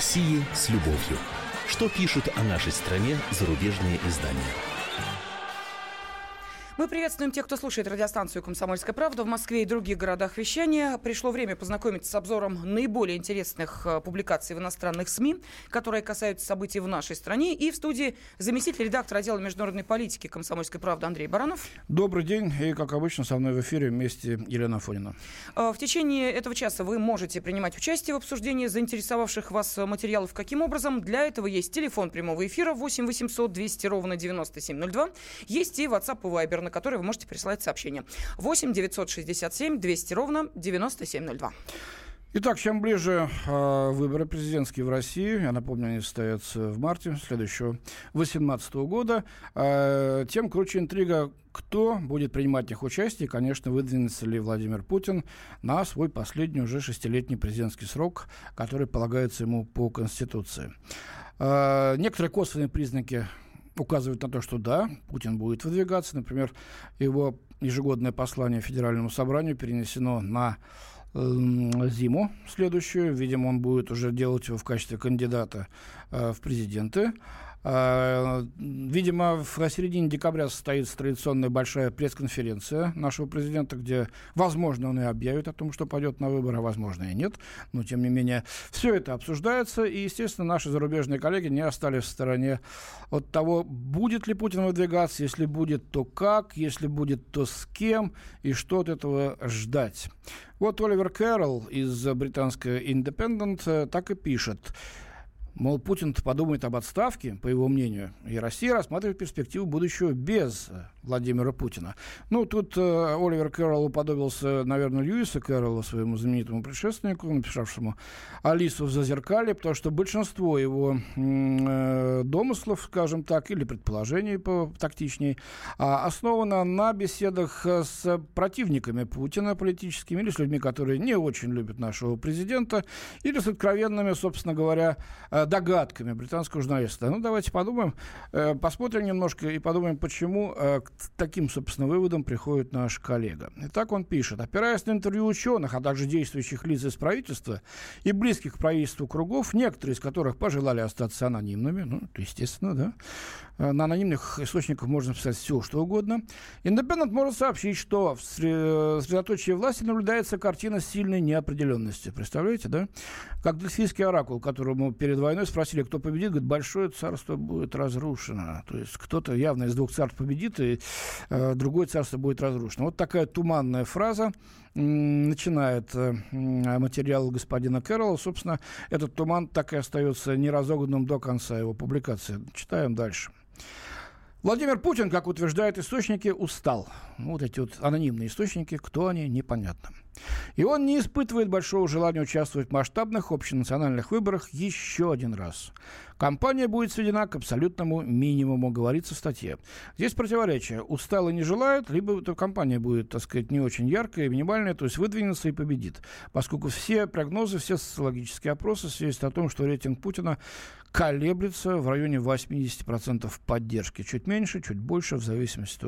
России с любовью. Что пишут о нашей стране зарубежные издания? Мы приветствуем тех, кто слушает радиостанцию «Комсомольская правда» в Москве и других городах вещания. Пришло время познакомиться с обзором наиболее интересных публикаций в иностранных СМИ, которые касаются событий в нашей стране. И в студии заместитель редактора отдела международной политики «Комсомольской правды» Андрей Баранов. Добрый день. И, как обычно, со мной в эфире вместе Елена Афонина. В течение этого часа вы можете принимать участие в обсуждении заинтересовавших вас материалов. Каким образом? Для этого есть телефон прямого эфира 8 800 200 ровно 9702. Есть и WhatsApp и Viber, на который вы можете присылать сообщения. 8 967 200 ровно 9702. Итак, чем ближе выборы президентские в России, я напомню, они состоятся в марте следующего 2018 года, тем круче интрига, кто будет принимать в них участие, и, конечно, выдвинется ли Владимир Путин на свой последний уже 6-летний президентский срок, который полагается ему по Конституции. Некоторые косвенные признаки указывают на то, что да, Путин будет выдвигаться. Например, его ежегодное послание Федеральному собранию перенесено на зиму следующую. Видимо, он будет уже делать его в качестве кандидата в президенты. Видимо, в середине декабря состоится традиционная большая пресс-конференция нашего президента, где, возможно, он и объявит о том, что пойдет на выборы, а возможно и нет. Но, тем не менее, все это обсуждается. И, естественно, наши зарубежные коллеги не остались в стороне от того, будет ли Путин выдвигаться. Если будет, то как? Если будет, то с кем? И что от этого ждать? Вот Оливер Кэрролл из британской Independent так и пишет. Мол, Путин подумает об отставке, по его мнению, и Россия рассматривает перспективу будущего без Владимира Путина. Ну, тут Оливер Кэрролл уподобился, наверное, Льюису Кэрроллу, своему знаменитому предшественнику, написавшему «Алису в зазеркалье», потому что большинство его домыслов, скажем так, или предположений, тактичней, основано на беседах с противниками Путина политическими или с людьми, которые не очень любят нашего президента, или с откровенными, собственно говоря, догадками британского журналиста. Ну, давайте подумаем, посмотрим немножко и подумаем, почему к таким, собственно, выводам приходит наш коллега. Итак, он пишет. Опираясь на интервью ученых, а также действующих лиц из правительства и близких к правительству кругов, некоторые из которых пожелали остаться анонимными, ну, естественно, да, на анонимных источниках можно писать все, что угодно, Independent может сообщить, что в средоточии власти наблюдается картина сильной неопределенности. Представляете, да? Как дельфийский оракул, которому перед войной спросили, кто победит, говорит, большое царство будет разрушено. То есть кто-то явно из двух царств победит, и другое царство будет разрушено. Вот такая туманная фраза начинает материал господина Кэрролла. Собственно, этот туман так и остается неразогнанным до конца его публикации. Читаем дальше. Владимир Путин, как утверждают источники, устал. Вот эти вот анонимные источники, кто они, непонятно. И он не испытывает большого желания участвовать в масштабных общенациональных выборах еще один раз. Кампания будет сведена к абсолютному минимуму, говорится в статье. Здесь противоречие. Устал и не желает, либо эта кампания будет, так сказать, не очень яркая, минимальная, то есть выдвинется и победит. Поскольку все прогнозы, все социологические опросы свидетельствуют о том, что рейтинг Путина колеблется в районе 80% поддержки. Чуть меньше, чуть больше, в зависимости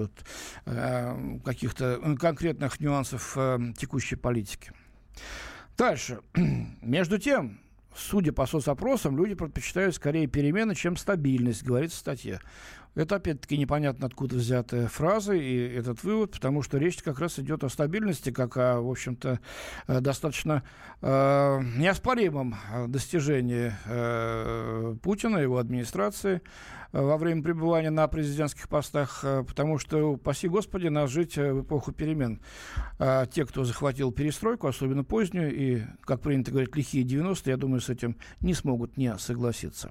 от каких-то конкретных нюансов текущей политики. Дальше. Между тем, судя по соцопросам, люди предпочитают скорее перемены, чем стабильность, говорится в статье. Это, опять-таки, непонятно откуда взятая фраза и этот вывод, потому что речь как раз идет о стабильности, как о, в общем-то, достаточно неоспоримом достижении Путина, его администрации во время пребывания на президентских постах, потому что, упаси Господи, нас жить в эпоху перемен. Те, кто захватил перестройку, особенно позднюю, и, как принято говорить, лихие 90-е, я думаю, с этим не смогут не согласиться.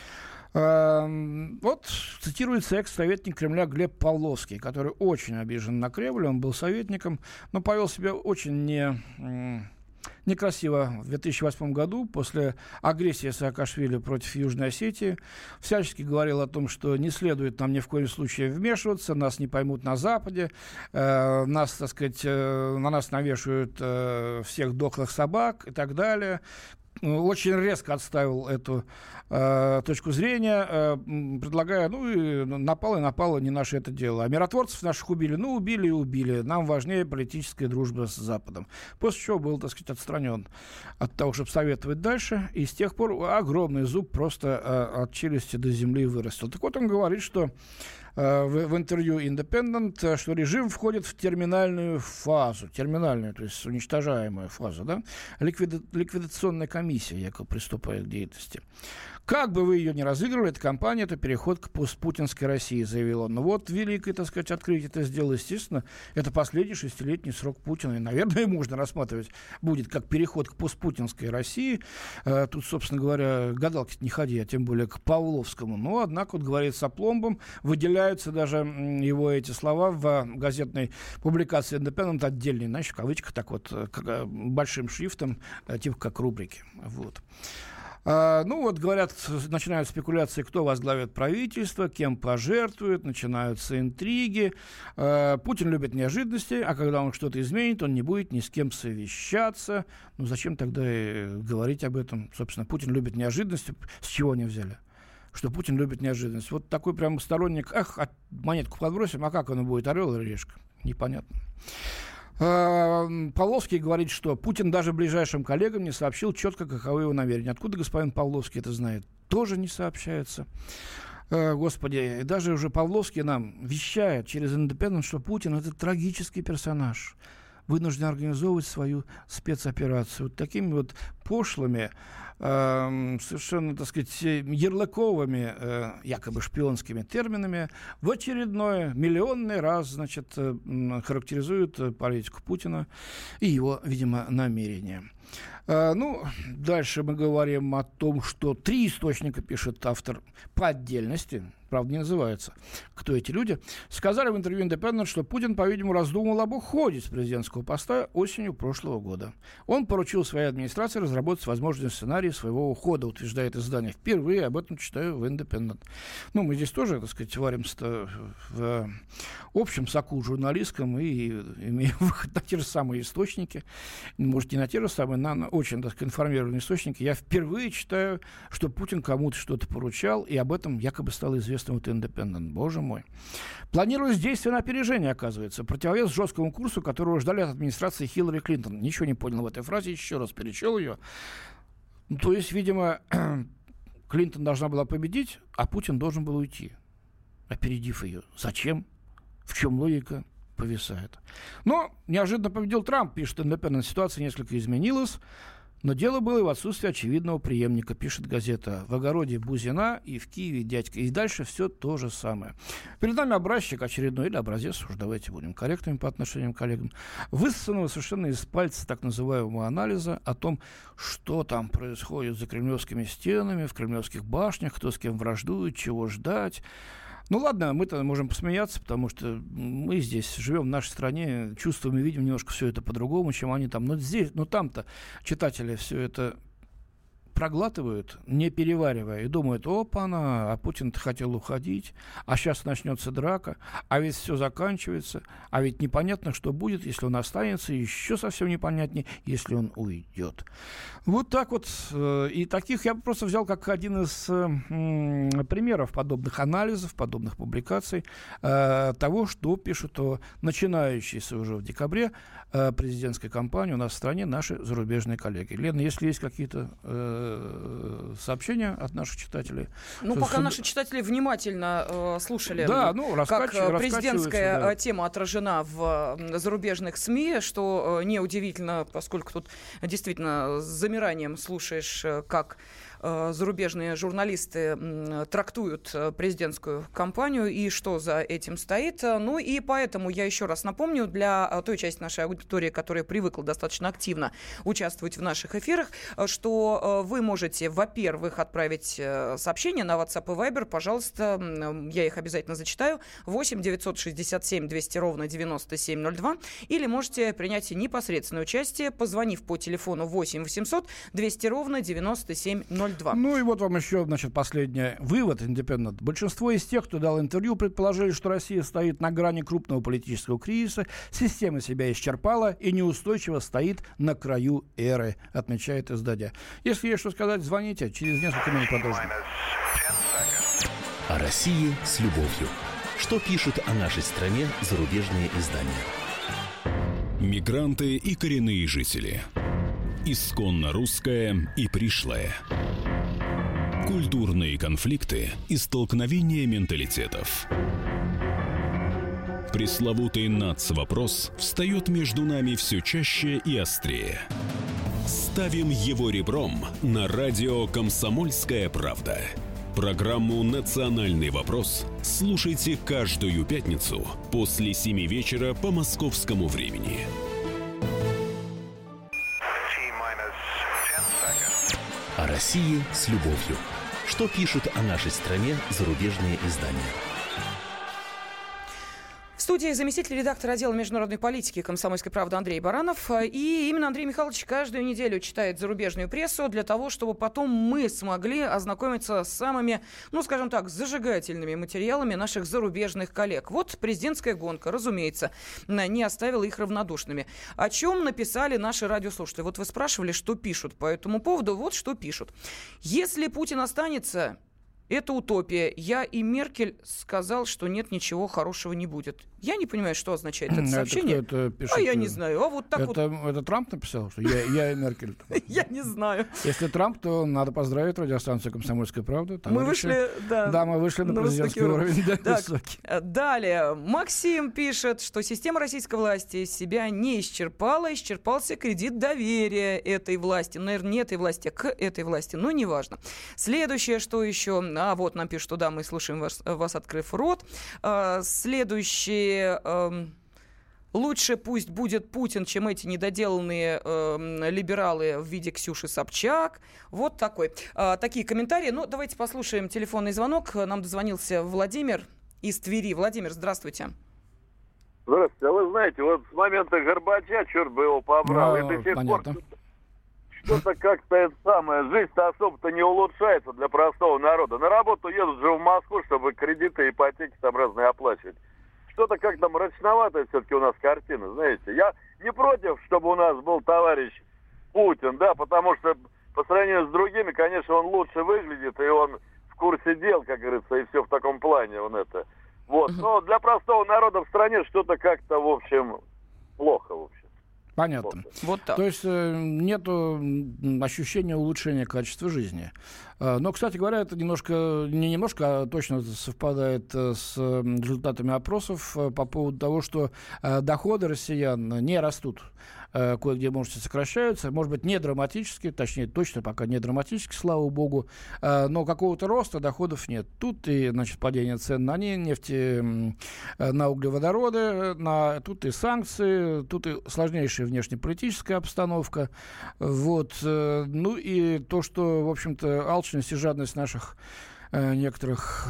Вот цитируется экс-советник Кремля Глеб Павловский, который очень обижен на Кремль, он был советником, но повел себя очень некрасиво в 2008 году после агрессии Саакашвили против Южной Осетии. Всячески говорил о том, что не следует нам ни в коем случае вмешиваться, нас не поймут на Западе, нас, так сказать, на нас навешивают всех дохлых собак и так далее. очень резко отставил эту точку зрения, предлагая, и напало, не наше это дело. А миротворцев наших убили, убили и убили. Нам важнее политическая дружба с Западом. После чего был, так сказать, отстранен от того, чтобы советовать дальше. И с тех пор огромный зуб просто от челюсти до земли вырастил. Так вот, он говорит, что в интервью Independent, что режим входит в терминальную фазу, то есть уничтожаемую фазу, да? Ликвидационная комиссия якобы приступает к деятельности. Как бы вы ее ни разыгрывали, эта кампания — это переход к постпутинской России, заявил он. Великое, так сказать, открытие это сделал, естественно. Это последний 6-летний срок Путина. И, наверное, можно рассматривать будет как переход к постпутинской России. Тут, собственно говоря, гадалки не ходи, а тем более к Павловскому. Но, однако, говорит с опломбом, выделяются даже его эти слова в газетной публикации Independent отдельные, в кавычках, так вот, большим шрифтом, типа как рубрики. Говорят, начинают спекуляции, кто возглавит правительство, кем пожертвует, начинаются интриги. Путин любит неожиданности, а когда он что-то изменит, он не будет ни с кем совещаться. Зачем тогда говорить об этом? Собственно, Путин любит неожиданности. С чего они взяли? Что Путин любит неожиданность. Вот такой прямо сторонник, монетку подбросим, а как оно будет, орел или решка? Непонятно. Павловский говорит, что Путин даже ближайшим коллегам не сообщил четко, каковы его намерения. Откуда господин Павловский это знает? Тоже не сообщается. Господи, даже уже Павловский нам вещает через Independent, что Путин — это трагический персонаж, вынужден организовывать свою спецоперацию. Такими вот пошлыми, совершенно, так сказать, ярлыковыми, якобы шпионскими терминами в очередной миллионный раз, характеризуют политику Путина и его, видимо, намерения. Дальше мы говорим о том, что 3 источника, пишет автор, по отдельности, правда, не называется, кто эти люди, сказали в интервью Independent, что Путин, по-видимому, раздумывал об уходе с президентского поста осенью прошлого года. Он поручил своей администрации разработать возможные сценарии своего ухода, утверждает издание. Впервые об этом читаю в Independent. Мы здесь тоже, так сказать, варимся в общем соку журналистском и имеем выход на те же самые источники. Может, не на те же самые, на очень, так сказать, информированные источники. Я впервые читаю, что Путин кому-то что-то поручал, и об этом якобы стало известно Independent. Боже мой. Планируется действие на опережение, оказывается. Противовес жесткому курсу, которого ждали от администрации Хиллари Клинтон. Ничего не понял в этой фразе, еще раз перечел ее. То есть, видимо, Клинтон должна была победить, а Путин должен был уйти, опередив ее. Зачем? В чем логика? Повисает. Но неожиданно победил Трамп, пишет Independent. Ситуация несколько изменилась. Но дело было и в отсутствии очевидного преемника, пишет газета. В огороде Бузина и в Киеве дядька. И дальше все то же самое. Перед нами образчик очередной, или образец, уж давайте будем корректными по отношению к коллегам, высосанного совершенно из пальца так называемого анализа о том, что там происходит за кремлевскими стенами, в кремлевских башнях, кто с кем враждует, чего ждать. Ладно, мы-то можем посмеяться, потому что мы здесь живем в нашей стране, чувствуем и видим немножко все это по-другому, чем они там. Там-то читатели все это проглатывают, не переваривая, и думают: опа-на, а Путин-то хотел уходить, а сейчас начнется драка, а ведь все заканчивается, а ведь непонятно, что будет, если он останется, и еще совсем непонятнее, если он уйдет. Вот так вот. И таких я просто взял как один из примеров подобных анализов, подобных публикаций того, что пишут о начинающейся уже в декабре президентской кампании у нас в стране наши зарубежные коллеги. Лена, если есть какие-то сообщения от наших читателей. Пока наши читатели внимательно слушали, как президентская тема отражена в зарубежных СМИ, что неудивительно, поскольку тут действительно с замиранием слушаешь, как зарубежные журналисты трактуют президентскую кампанию и что за этим стоит. И поэтому я еще раз напомню для той части нашей аудитории, которая привыкла достаточно активно участвовать в наших эфирах, что вы можете, во-первых, отправить сообщения на WhatsApp и Viber, пожалуйста, я их обязательно зачитаю, 8 967 200 ровно 9702, или можете принять непосредственное участие, позвонив по телефону 8 800 200 ровно 9702. 9702. Ну и вот вам еще, значит, последний вывод Independent. Большинство из тех, кто дал интервью, предположили, что Россия стоит на грани крупного политического кризиса, система себя исчерпала и неустойчиво стоит на краю эры, отмечает издание. Если есть что сказать, звоните. Через несколько минут продолжим. О России с любовью. Что пишут о нашей стране зарубежные издания? Мигранты и коренные жители. Исконно русское и пришлое. Культурные конфликты и столкновения менталитетов. Пресловутый нацвопрос встает между нами все чаще и острее. Ставим его ребром на радио «Комсомольская правда». Программу «Национальный вопрос» слушайте каждую пятницу после 7 вечера по московскому времени. О России с любовью. Что пишут о нашей стране зарубежные издания? В студии заместитель редактора отдела международной политики «Комсомольской правды» Андрей Баранов. И именно Андрей Михайлович каждую неделю читает зарубежную прессу для того, чтобы потом мы смогли ознакомиться с самыми, ну, скажем так, зажигательными материалами наших зарубежных коллег. Вот президентская гонка, разумеется, не оставила их равнодушными. О чем написали наши радиослушатели? Вот вы спрашивали, что пишут по этому поводу. Вот что пишут. Если Путин останется... Это утопия. Я и Меркель сказал, что нет, ничего хорошего не будет. Я не понимаю, что означает это сообщение. Это пишет? А я не знаю. А вот так это Трамп написал, что я и Меркель? Я не знаю. Если Трамп, то надо поздравить радиостанцию «Комсомольская правда». Мы вышли, да, мы вышли на президентский уровень. Далее. Максим пишет, что система российской власти себя не исчерпала. Исчерпался кредит доверия этой власти. Наверное, не этой власти, а к этой власти. Но неважно. Следующее, что еще... А вот нам пишут, что да, мы слушаем вас, открыв рот. Следующее. Лучше пусть будет Путин, чем эти недоделанные либералы в виде Ксюши Собчак. Вот такие комментарии. Ну, давайте послушаем телефонный звонок. Нам дозвонился Владимир из Твери. Владимир, здравствуйте. Здравствуйте. А вы знаете, вот с момента Горбача, черт бы его побрал, и до сих пор что-то как-то это самое, жизнь-то особо-то не улучшается для простого народа. На работу едут же в Москву, чтобы кредиты, ипотеки там разные оплачивать. Что-то как-то мрачноватая все-таки у нас картина, знаете. Я не против, чтобы у нас был товарищ Путин, да, потому что по сравнению с другими, конечно, он лучше выглядит, и он в курсе дел, как говорится, и все в таком плане, он это. Вот, но для простого народа в стране что-то как-то, в общем, плохо, в общем. Понятно. Вот так. То есть нету ощущения улучшения качества жизни. Но, кстати говоря, это не немножко, а точно совпадает с результатами опросов по поводу того, что доходы россиян не растут. Кое-где, может, сокращаются, может быть, не драматически, точнее, точно пока не драматически, слава богу, но какого-то роста доходов нет. Тут и, значит, падение цен на нефть, на углеводороды, тут и санкции, тут и сложнейшая внешнеполитическая обстановка. Вот. Ну и то, что, в общем-то, алчность и жадность наших некоторых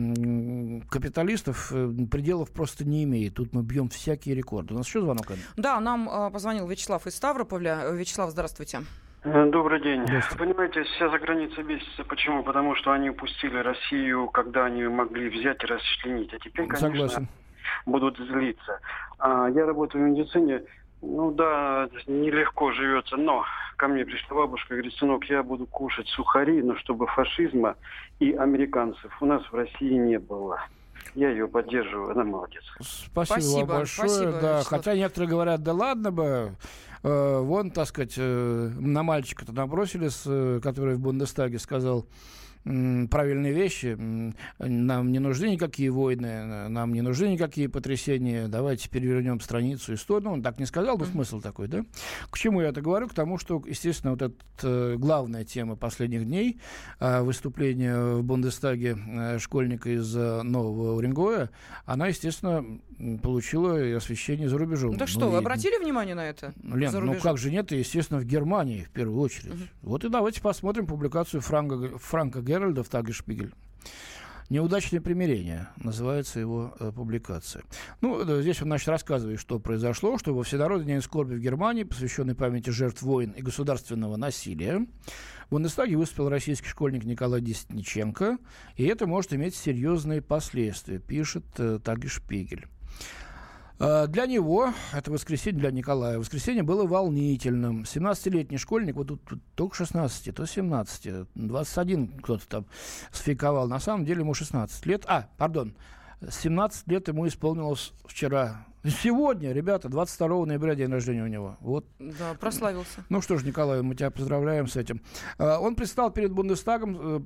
капиталистов пределов просто не имеет. Тут мы бьем всякие рекорды. У нас еще звонок? Да, нам позвонил Вячеслав из Ставрополя. Вячеслав, здравствуйте. Добрый день. Понимаете, вся заграница бесится. Почему? Потому что они упустили Россию, когда они могли взять и расчленить. А теперь, конечно, будут злиться. Я работаю в медицине. Ну да, нелегко живется, но ко мне пришла бабушка и говорит: сынок, я буду кушать сухари, но чтобы фашизма и американцев у нас в России не было. Я ее поддерживаю, она молодец. Спасибо вам большое. Спасибо, да, хотя некоторые говорят, да ладно бы, вон, так сказать, на мальчика-то набросились, который в Бундестаге сказал правильные вещи. Нам не нужны никакие войны, нам не нужны никакие потрясения. Давайте перевернем страницу истории. Ну, он так не сказал, но смысл такой, да? К чему я это говорю? К тому, что, естественно, вот эта главная тема последних дней, выступление в Бундестаге школьника из Нового Уренгоя, она, естественно, получила и освещение за рубежом. Да что, вы обратили внимание на это? Лен, ну как же нет, естественно, в Германии в первую очередь. Вот и давайте посмотрим публикацию Франка Геральда в Тагешпигель. «Неудачное примирение» называется его публикация. Ну, здесь он, значит, рассказывает, что произошло, что во Всенародный день скорби в Германии, посвященный памяти жертв войн и государственного насилия, В Бундестаге выступил российский школьник Николай Десниченко, и это может иметь серьезные последствия, пишет Тагешпигель. Для него, это воскресенье, для Николая, воскресенье было волнительным. 17-летний школьник, вот тут только 16, то 17, 21 кто-то там сфейковал. На самом деле ему 16 лет. 17 лет ему исполнилось вчера. Сегодня, ребята, 22 ноября день рождения у него. Вот. Да, прославился. Ну что ж, Николай, мы тебя поздравляем с этим. Он представил перед Бундестагом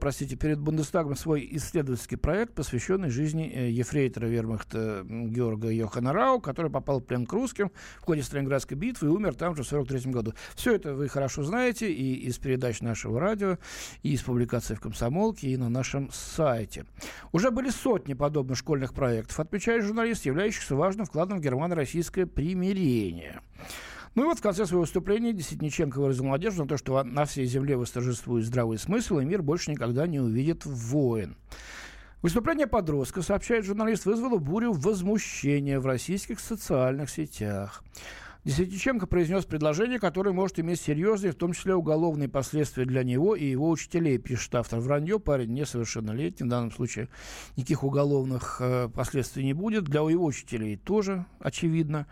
свой исследовательский проект, посвященный жизни ефрейтора вермахта Георга Йохана Рау, который попал в плен к русским в ходе Сталинградской битвы и умер там же в 1943 году. Все это вы хорошо знаете и из передач нашего радио, и из публикаций в «Комсомолке», и на нашем сайте. Уже были сотни подобных школьных проектов, отмечает журналист, являющихся важным вкладом в германо-российское примирение. Ну и вот в конце своего выступления Десниченко выразил надежду на то, что на всей земле восторжествует здравый смысл, и мир больше никогда не увидит войн. Выступление подростка, сообщает журналист, вызвало бурю возмущения в российских социальных сетях. Десниченко произнес предложение, которое может иметь серьезные, в том числе уголовные последствия для него и его учителей, пишет автор. Вранье, парень несовершеннолетний, в данном случае никаких уголовных последствий не будет. Для его учителей тоже очевидно.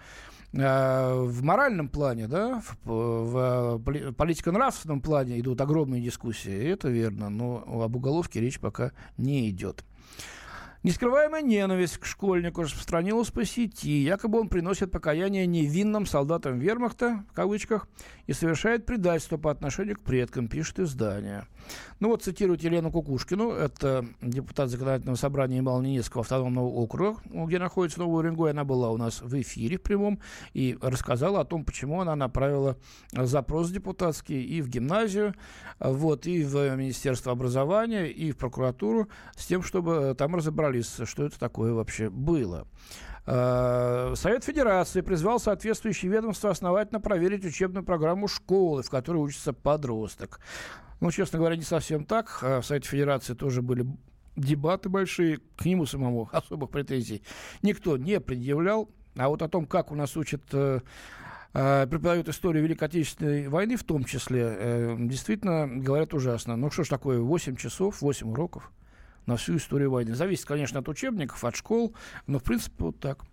В моральном плане, да, в политико-нравственном плане идут огромные дискуссии, это верно, но об уголовке речь пока не идет. Нескрываемая ненависть к школьнику распространилась по сети. Якобы он приносит покаяние невинным солдатам вермахта, в кавычках, и совершает предательство по отношению к предкам, пишет издание. Ну вот цитирует Елену Кукушкину, это депутат Законодательного собрания Ямало-Ненецкого автономного округа, где находится Новый Уренгой. Она была у нас в эфире в прямом и рассказала о том, почему она направила запрос депутатский и в гимназию, вот, и в Министерство образования, и в прокуратуру, с тем, чтобы там разобрались, что это такое вообще было. Совет Федерации призвал соответствующие ведомства основательно проверить учебную программу школы, в которой учится подросток. Ну, честно говоря, не совсем так. В Совете Федерации тоже были дебаты большие. К нему самому особых претензий никто не предъявлял. А вот о том, как у нас учат, преподают историю Великой Отечественной войны, в том числе, действительно говорят ужасно. Ну, что ж такое, 8 часов, 8 уроков на всю историю войны. Зависит, конечно, от учебников, от школ, но, в принципе, вот так.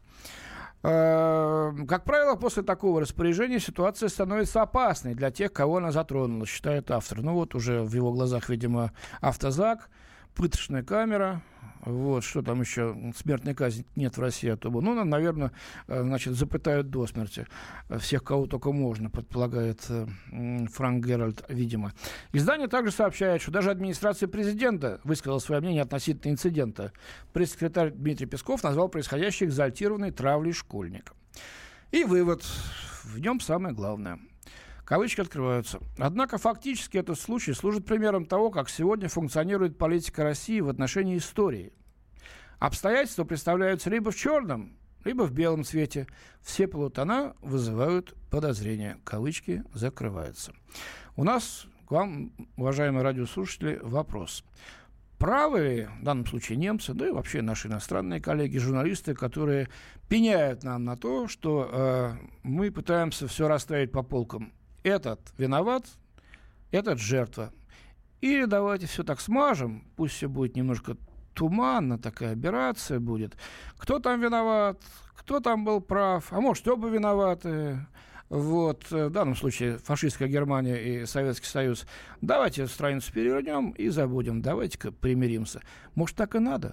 Как правило, после такого распоряжения ситуация становится опасной для тех, кого она затронула, считает автор. Ну вот уже в его глазах, видимо, автозак, пыточная камера. Вот, что там еще? Смертной казни нет в России. Ну, наверное, значит, запытают до смерти всех, кого только можно, предполагает Франк Геральд, видимо. Издание также сообщает, что даже администрация президента высказала свое мнение относительно инцидента. Пресс-секретарь Дмитрий Песков назвал происходящее экзальтированной травлей школьника. И вывод. В нем самое главное. Кавычки открываются. Однако фактически этот случай служит примером того, как сегодня функционирует политика России в отношении истории. Обстоятельства представляются либо в черном, либо в белом цвете. Все полутона вызывают подозрения. Кавычки закрываются. У нас к вам, уважаемые радиослушатели, вопрос. Правы ли, в данном случае немцы, да и вообще наши иностранные коллеги, журналисты, которые пеняют нам на то, что мы пытаемся все расставить по полкам? Этот виноват, этот жертва. Или давайте все так смажем, пусть все будет немножко туманно, такая операция будет. Кто там виноват, кто там был прав, а может, оба виноваты. Вот, в данном случае фашистская Германия и Советский Союз. Давайте страницу перевернем и забудем, давайте-ка примиримся. Может, так и надо?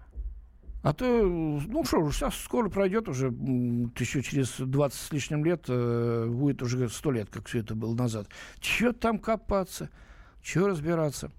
А то, ну что же, сейчас скоро пройдет уже, еще через 20 с лишним лет, будет уже 100 лет, как все это было назад. Чего там копаться, чего разбираться?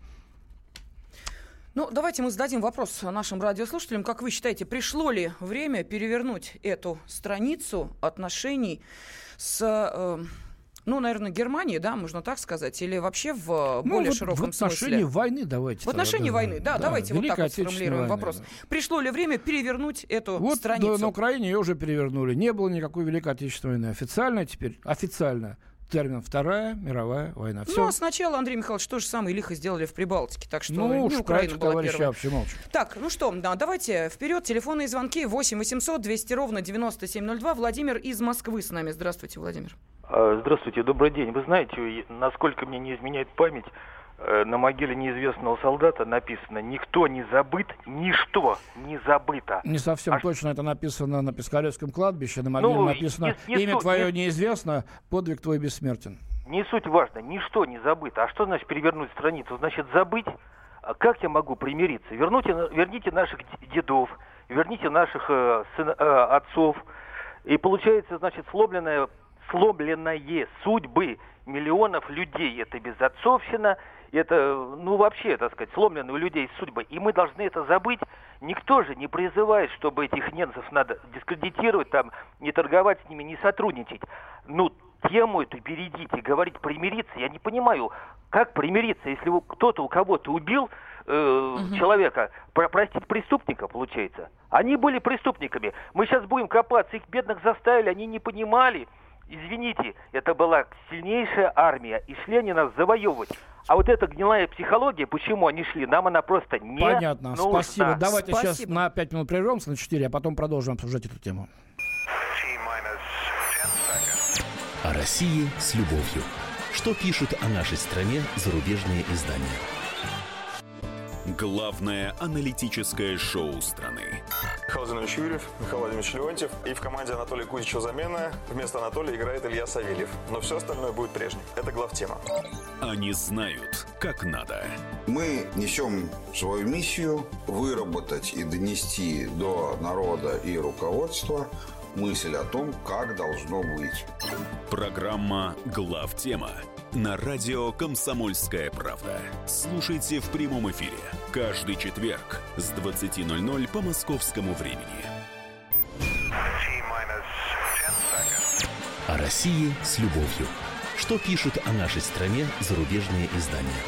Ну, давайте мы зададим вопрос нашим радиослушателям. Как вы считаете, пришло ли время перевернуть эту страницу отношений с... Ну, наверное, Германии, да, можно так сказать, или вообще в более широком смысле? В отношении войны давайте. В отношении войны, да, давайте вот так вот сформулируем вопрос. Да. Пришло ли время перевернуть эту страницу? На Украине ее уже перевернули. Не было никакой Великой Отечественной войны. Официально теперь, термин «Вторая мировая война». Все. Ну, а сначала, Андрей Михайлович, то же самое лихо сделали в Прибалтике, так что Украина была первой. Вообще молчу. Так, ну что, да, давайте вперед. Телефонные звонки 8 800 200 ровно 9702. Владимир из Москвы с нами. Здравствуйте, Владимир. Здравствуйте, добрый день. Вы знаете, насколько мне не изменяет память, на могиле неизвестного солдата написано: «Никто не забыт, ничто не забыто». Не совсем точно это написано на Пискаревском кладбище. На могиле написано: «Имя твое неизвестно, подвиг твой бессмертен». Не суть важно, ничто не забыто. А что значит перевернуть страницу? Значит, забыть? Как я могу примириться? Верните наших дедов, верните наших отцов. И получается, значит, сломленные судьбы миллионов людей. Это безотцовщина, это, вообще, так сказать, сломленные у людей судьбы. И мы должны это забыть. Никто же не призывает, чтобы этих немцев надо дискредитировать, там, не торговать с ними, не сотрудничать. Тему эту бередите, говорить примириться. Я не понимаю, как примириться, если кто-то у кого-то убил человека, простить преступника, получается. Они были преступниками. Мы сейчас будем копаться, их бедных заставили, они не понимали. Извините, это была сильнейшая армия, и шли они нас завоевывать. А вот эта гнилая психология, почему они шли, нам она просто не Понятно, нужна. Спасибо. Давайте сейчас на 5 минут прервемся, на 4, а потом продолжим обсуждать эту тему. О России с любовью. Что пишут о нашей стране зарубежные издания? Главное аналитическое шоу страны. Михаил Владимирович Юрьев, Михаил Владимирович Леонтьев. И в команде Анатолия Кузичева замена. Вместо Анатолия играет Илья Савельев. Но все остальное будет прежним. Это главтема. Они знают, как надо. Мы несем свою миссию выработать и донести до народа и руководства мысль о том, как должно быть. Программа «Главтема» на радио «Комсомольская правда». Слушайте в прямом эфире каждый четверг с 20:00 по московскому времени. О России с любовью. Что пишут о нашей стране зарубежные издания?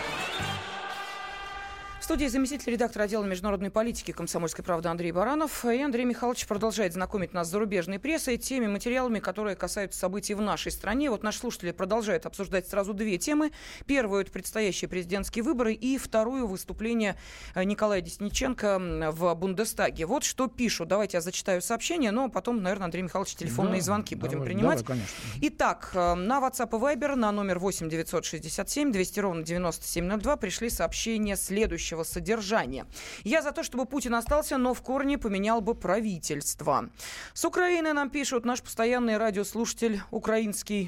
В студии заместитель редактора отдела международной политики «Комсомольской правды» Андрей Баранов. И Андрей Михайлович продолжает знакомить нас с зарубежной прессой, теми материалами, которые касаются событий в нашей стране. Вот наши слушатели продолжают обсуждать сразу две темы. Первую – это предстоящие президентские выборы, и вторую – выступление Николая Десниченко в Бундестаге. Вот что пишут. Давайте я зачитаю сообщение, но потом, наверное, Андрей Михайлович, телефонные звонки будем принимать. Давай, конечно. Итак, на WhatsApp и Viber на номер 8 967 200 ровно 9702 пришли сообщения следующего содержания. Я за то, чтобы Путин остался, но в корне поменял бы правительство. С Украины нам пишут наш постоянный радиослушатель украинский.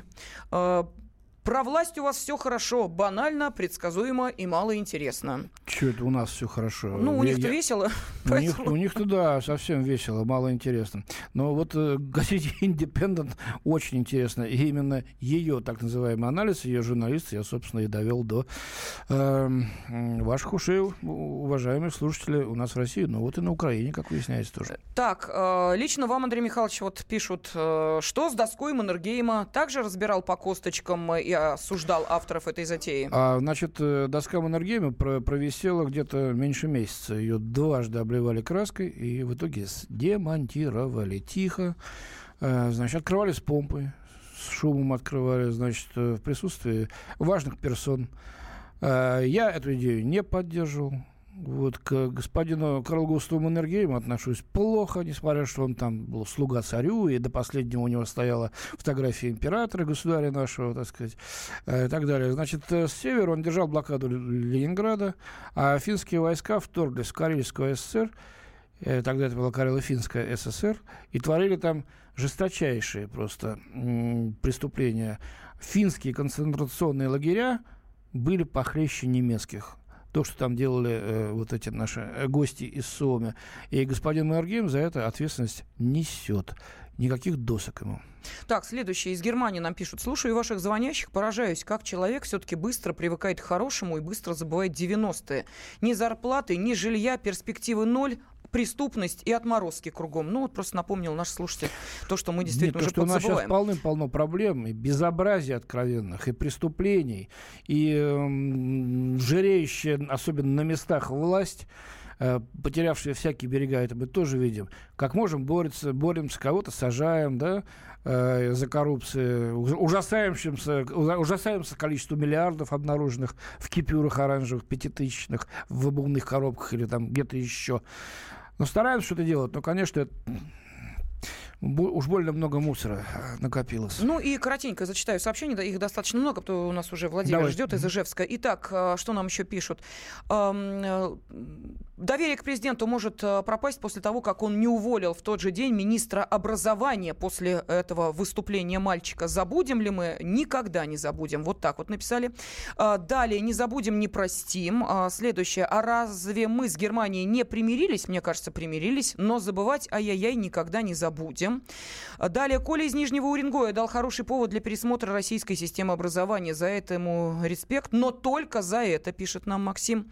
Про власть у вас все хорошо, банально, предсказуемо и мало интересно. Что это у нас все хорошо? У них-то весело. У них-то, да, совсем весело, мало интересно. Но вот газете «Индепендент» очень интересно. И именно ее так называемый анализ, ее журналист, я, собственно, и довел до ваших ушей, уважаемые слушатели, у нас в России. Но вот и на Украине, как выясняется, тоже. Так, лично вам, Андрей Михайлович, вот пишут, что с доской Маннергейма также разбирал по косточкам и осуждал авторов этой затеи. Значит, доска Маннергейма провисела где-то меньше месяца. Ее дважды обливали краской и в итоге демонтировали тихо. Значит, открывали с помпой, с шумом открывали, значит, в присутствии важных персон. Я эту идею не поддерживал. Вот к господину Карлу Густаву Маннергейму отношусь плохо, несмотря на что он там был слуга царю, и до последнего у него стояла фотография императора, государя нашего, так сказать, и так далее. Значит, с севера он держал блокаду Ленинграда, а финские войска вторглись в Карельскую ССР, тогда это была Карело-Финская ССР, и творили там жесточайшие просто преступления. Финские концентрационные лагеря были похлеще немецких. То, что там делали вот эти наши гости из Суоми. И господин Маннергейм за это ответственность несет. Никаких досок ему. Так, следующее. Из Германии нам пишут. Слушаю ваших звонящих, поражаюсь, как человек все-таки быстро привыкает к хорошему и быстро забывает 90-е. Ни зарплаты, ни жилья, перспективы ноль, преступность и отморозки кругом. Вот просто напомнил наш слушатель то, что мы действительно уже подзабываем. У нас сейчас полным-полно проблем, и безобразий откровенных, и преступлений, и жиреющая, особенно на местах, власть, потерявшие всякие берега, это мы тоже видим. Как можем, боремся, кого-то сажаем, да, за коррупцию, ужасаемся количеству миллиардов, обнаруженных в купюрах оранжевых, пятитысячных, в обувных коробках или там где-то еще. Но стараемся что-то делать. Но, конечно, Уж больно много мусора накопилось. Ну и коротенько зачитаю сообщения, их достаточно много, потому что у нас уже Владимир ждет из Ижевска. Итак, что нам еще пишут? Доверие к президенту может пропасть после того, как он не уволил в тот же день министра образования после этого выступления мальчика. Забудем ли мы? Никогда не забудем. Вот так вот написали. Далее, не забудем, не простим. Следующее. А разве мы с Германией не примирились? Мне кажется, примирились. Но забывать, ай-яй-яй, никогда не забудем. Далее, Коля из Нижнего Уренгоя дал хороший повод для пересмотра российской системы образования. За это ему респект, но только за это, пишет нам Максим.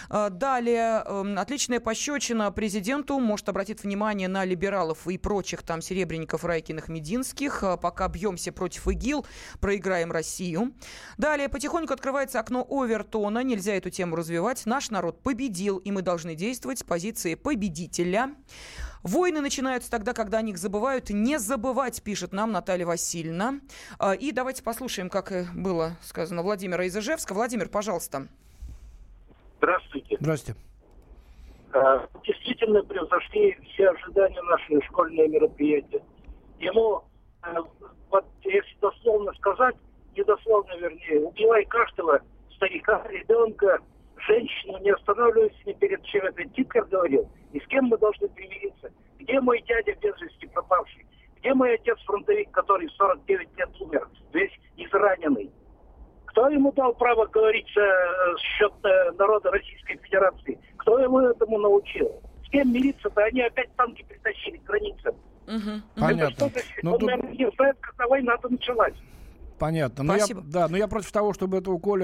Далее, отличная пощечина президенту. Может, обратит внимание на либералов и прочих там Серебренников, Райкиных, Мединских. Пока бьемся против ИГИЛ, проиграем Россию. Далее, потихоньку открывается окно Овертона. Нельзя эту тему развивать. Наш народ победил, и мы должны действовать с позиции победителя. Войны начинаются тогда, когда о них забывают. Не забывать, пишет нам Наталья Васильевна. И давайте послушаем, как было сказано, Владимира из Ижевска. Владимир, пожалуйста. Здравствуйте. Здравствуйте. Действительно превзошли все ожидания наши школьные мероприятия. Ему, вот если дословно сказать, недословно вернее, убивай каждого старика, ребенка, женщину, не останавливайся ни перед чем. Это Гитлер говорил. И с кем мы должны примириться? Где мой дядя без вести пропавший? Где мой отец-фронтовик, который в 49 лет умер, весь израненный? Кто ему дал право говорить за счет народа Российской Федерации? Кто его этому научил? С кем мириться-то? Они опять танки притащили к границам. Понятно. Он, наверное, не знает, когда война-то началась. Понятно. Но я против того, чтобы этого Колю,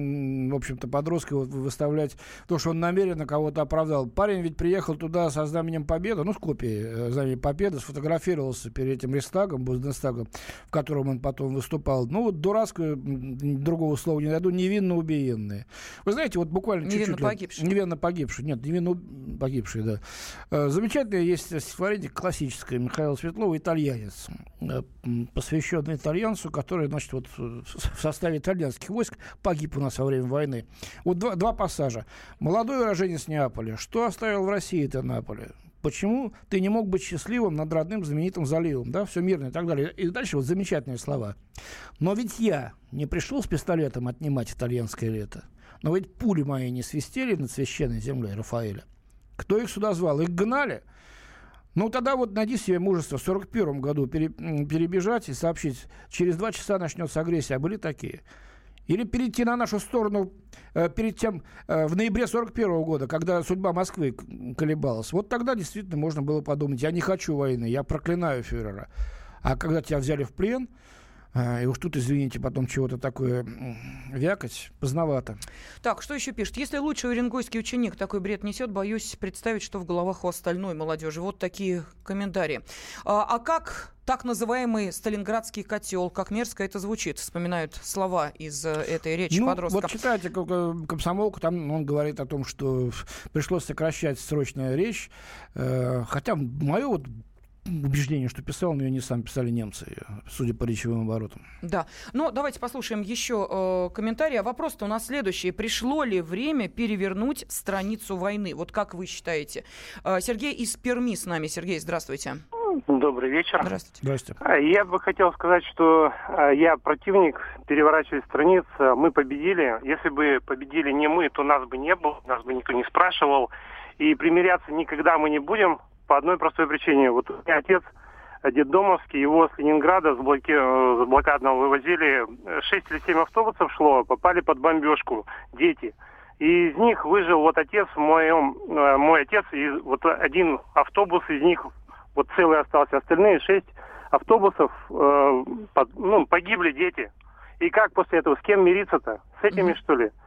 в общем-то, подростка выставлять, то, что он намеренно кого-то оправдал. Парень ведь приехал туда со знаменем Победы, с копией знамени Победы, сфотографировался перед этим Рейхстагом, Бундестагом, в котором он потом выступал. Дурацкое, другого слова не найду, невинно убиенные. Вы знаете, вот буквально невинно чуть-чуть... Невинно погибший. Нет, невинно погибший, да. Замечательное есть стихотворение классическое Михаила Светлова «Итальянец», посвященное итальянцу, который, значит, вот в составе итальянских войск погиб у нас во время войны. Вот два пассажа. Молодой уроженец Неаполя. Что оставил в России-то Неаполе? Почему ты не мог быть счастливым над родным знаменитым заливом? Да, все мирно и так далее. И дальше вот замечательные слова. Но ведь я не пришел с пистолетом отнимать итальянское лето. Но ведь пули мои не свистели над священной землей Рафаэля. Кто их сюда звал? Их гнали? Тогда вот найди себе мужество в 1941 году перебежать и сообщить, через 2 часа начнется агрессия. А были такие? Или перейти на нашу сторону перед тем, в ноябре 1941 года, когда судьба Москвы колебалась. Вот тогда действительно можно было подумать, я не хочу войны, я проклинаю фюрера. А когда тебя взяли в плен, и уж тут, извините, потом чего-то такое вякать, поздновато. Так, что еще пишет? Если лучший уренгойский ученик такой бред несет, боюсь представить, что в головах у остальной молодежи. Вот такие комментарии. А как так называемый сталинградский котел, как мерзко это звучит, вспоминают слова из этой речи подростка. Вот читайте «Комсомолку», там он говорит о том, что пришлось сокращать срочную речь, хотя мое вот убеждение, что писал, но ее не сам писали немцы, судя по речевым оборотам. Да. Давайте послушаем еще комментарии. А вопрос-то у нас следующий. Пришло ли время перевернуть страницу войны? Вот как вы считаете? Сергей из Перми с нами. Сергей, здравствуйте. Добрый вечер. Здравствуйте. Здравствуйте. Я бы хотел сказать, что я противник переворачивания страниц. Мы победили. Если бы победили не мы, то нас бы не было, нас бы никто не спрашивал. И примиряться никогда мы не будем. По одной простой причине. Вот у меня отец детдомовский, его с Ленинграда с блокадного вывозили. 6 или 7 автобусов шло, попали под бомбежку дети. И из них выжил вот отец, мой отец, и вот один автобус из них вот целый остался. Остальные 6 автобусов погибли дети. И как после этого, с кем мириться-то? С этими, что ли?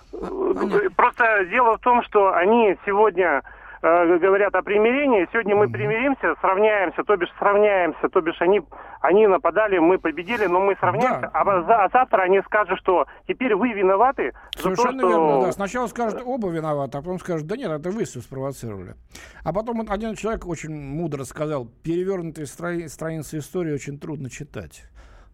Просто дело в том, что они сегодня говорят о примирении. Сегодня мы примиримся, сравняемся, то бишь они нападали, мы победили, но мы сравняемся. Да. А завтра они скажут, что теперь вы виноваты. Совершенно верно, да. Сначала скажут, оба виноваты, а потом скажут, да нет, это вы все спровоцировали. А потом один человек очень мудро сказал, перевернутые страницы истории очень трудно читать.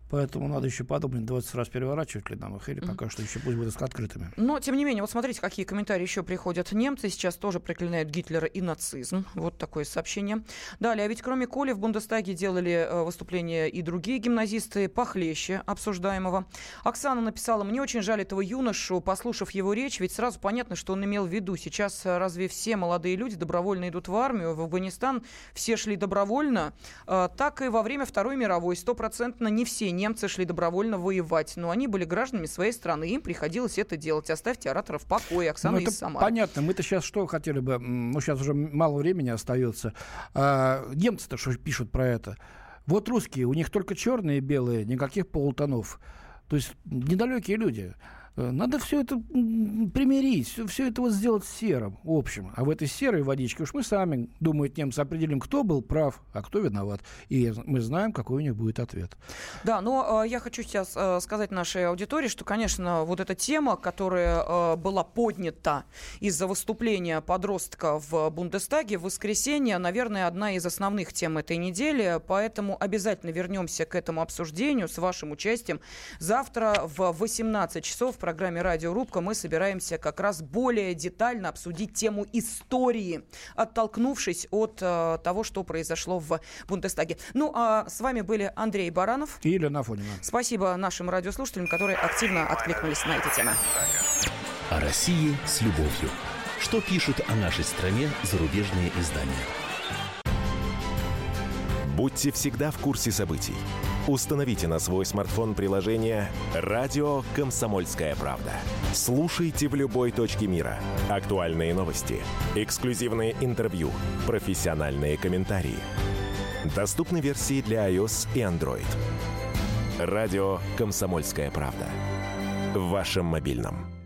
Поэтому надо еще подумать, 20 раз переворачивать ли нам их, или пока что еще пусть будут открытыми. Но, тем не менее, вот смотрите, какие комментарии еще приходят. Немцы сейчас тоже проклинают Гитлера и нацизм. Вот такое сообщение. Далее, а ведь кроме Коли в Бундестаге делали выступления и другие гимназисты похлеще обсуждаемого. Оксана написала: мне очень жаль этого юношу, послушав его речь, ведь сразу понятно, что он имел в виду. Сейчас разве все молодые люди добровольно идут в армию? В Афганистан все шли добровольно. Так и во время Второй мировой 100% не все немцы шли добровольно воевать, но они были гражданами своей страны, им приходилось это делать. Оставьте оратора в покое. Оксана из Самары. Понятно. Мы-то сейчас что хотели бы? Ну, сейчас уже мало времени остается. Немцы-то что пишут про это? Вот русские, у них только черные и белые, никаких полутонов. То есть недалекие люди. Надо все это примирить, все это вот сделать серым, общим. А в этой серой водичке уж мы сами, думают немцы, определим, кто был прав, а кто виноват. И мы знаем, какой у них будет ответ. Да, но я хочу сейчас сказать нашей аудитории, что, конечно, вот эта тема, которая была поднята из-за выступления подростка в Бундестаге в воскресенье, наверное, одна из основных тем этой недели. Поэтому обязательно вернемся к этому обсуждению с вашим участием. Завтра в 18 часов в программе «Радиорубка» мы собираемся как раз более детально обсудить тему истории, оттолкнувшись от того, что произошло в Бундестаге. Ну, а с вами были Андрей Баранов и Елена Афонина. Спасибо нашим радиослушателям, которые активно откликнулись на эти темы. О России с любовью. Что пишут о нашей стране зарубежные издания? Будьте всегда в курсе событий. Установите на свой смартфон приложение «Радио Комсомольская правда». Слушайте в любой точке мира. Актуальные новости, эксклюзивные интервью, профессиональные комментарии. Доступны версии для iOS и Android. «Радио Комсомольская правда». В вашем мобильном.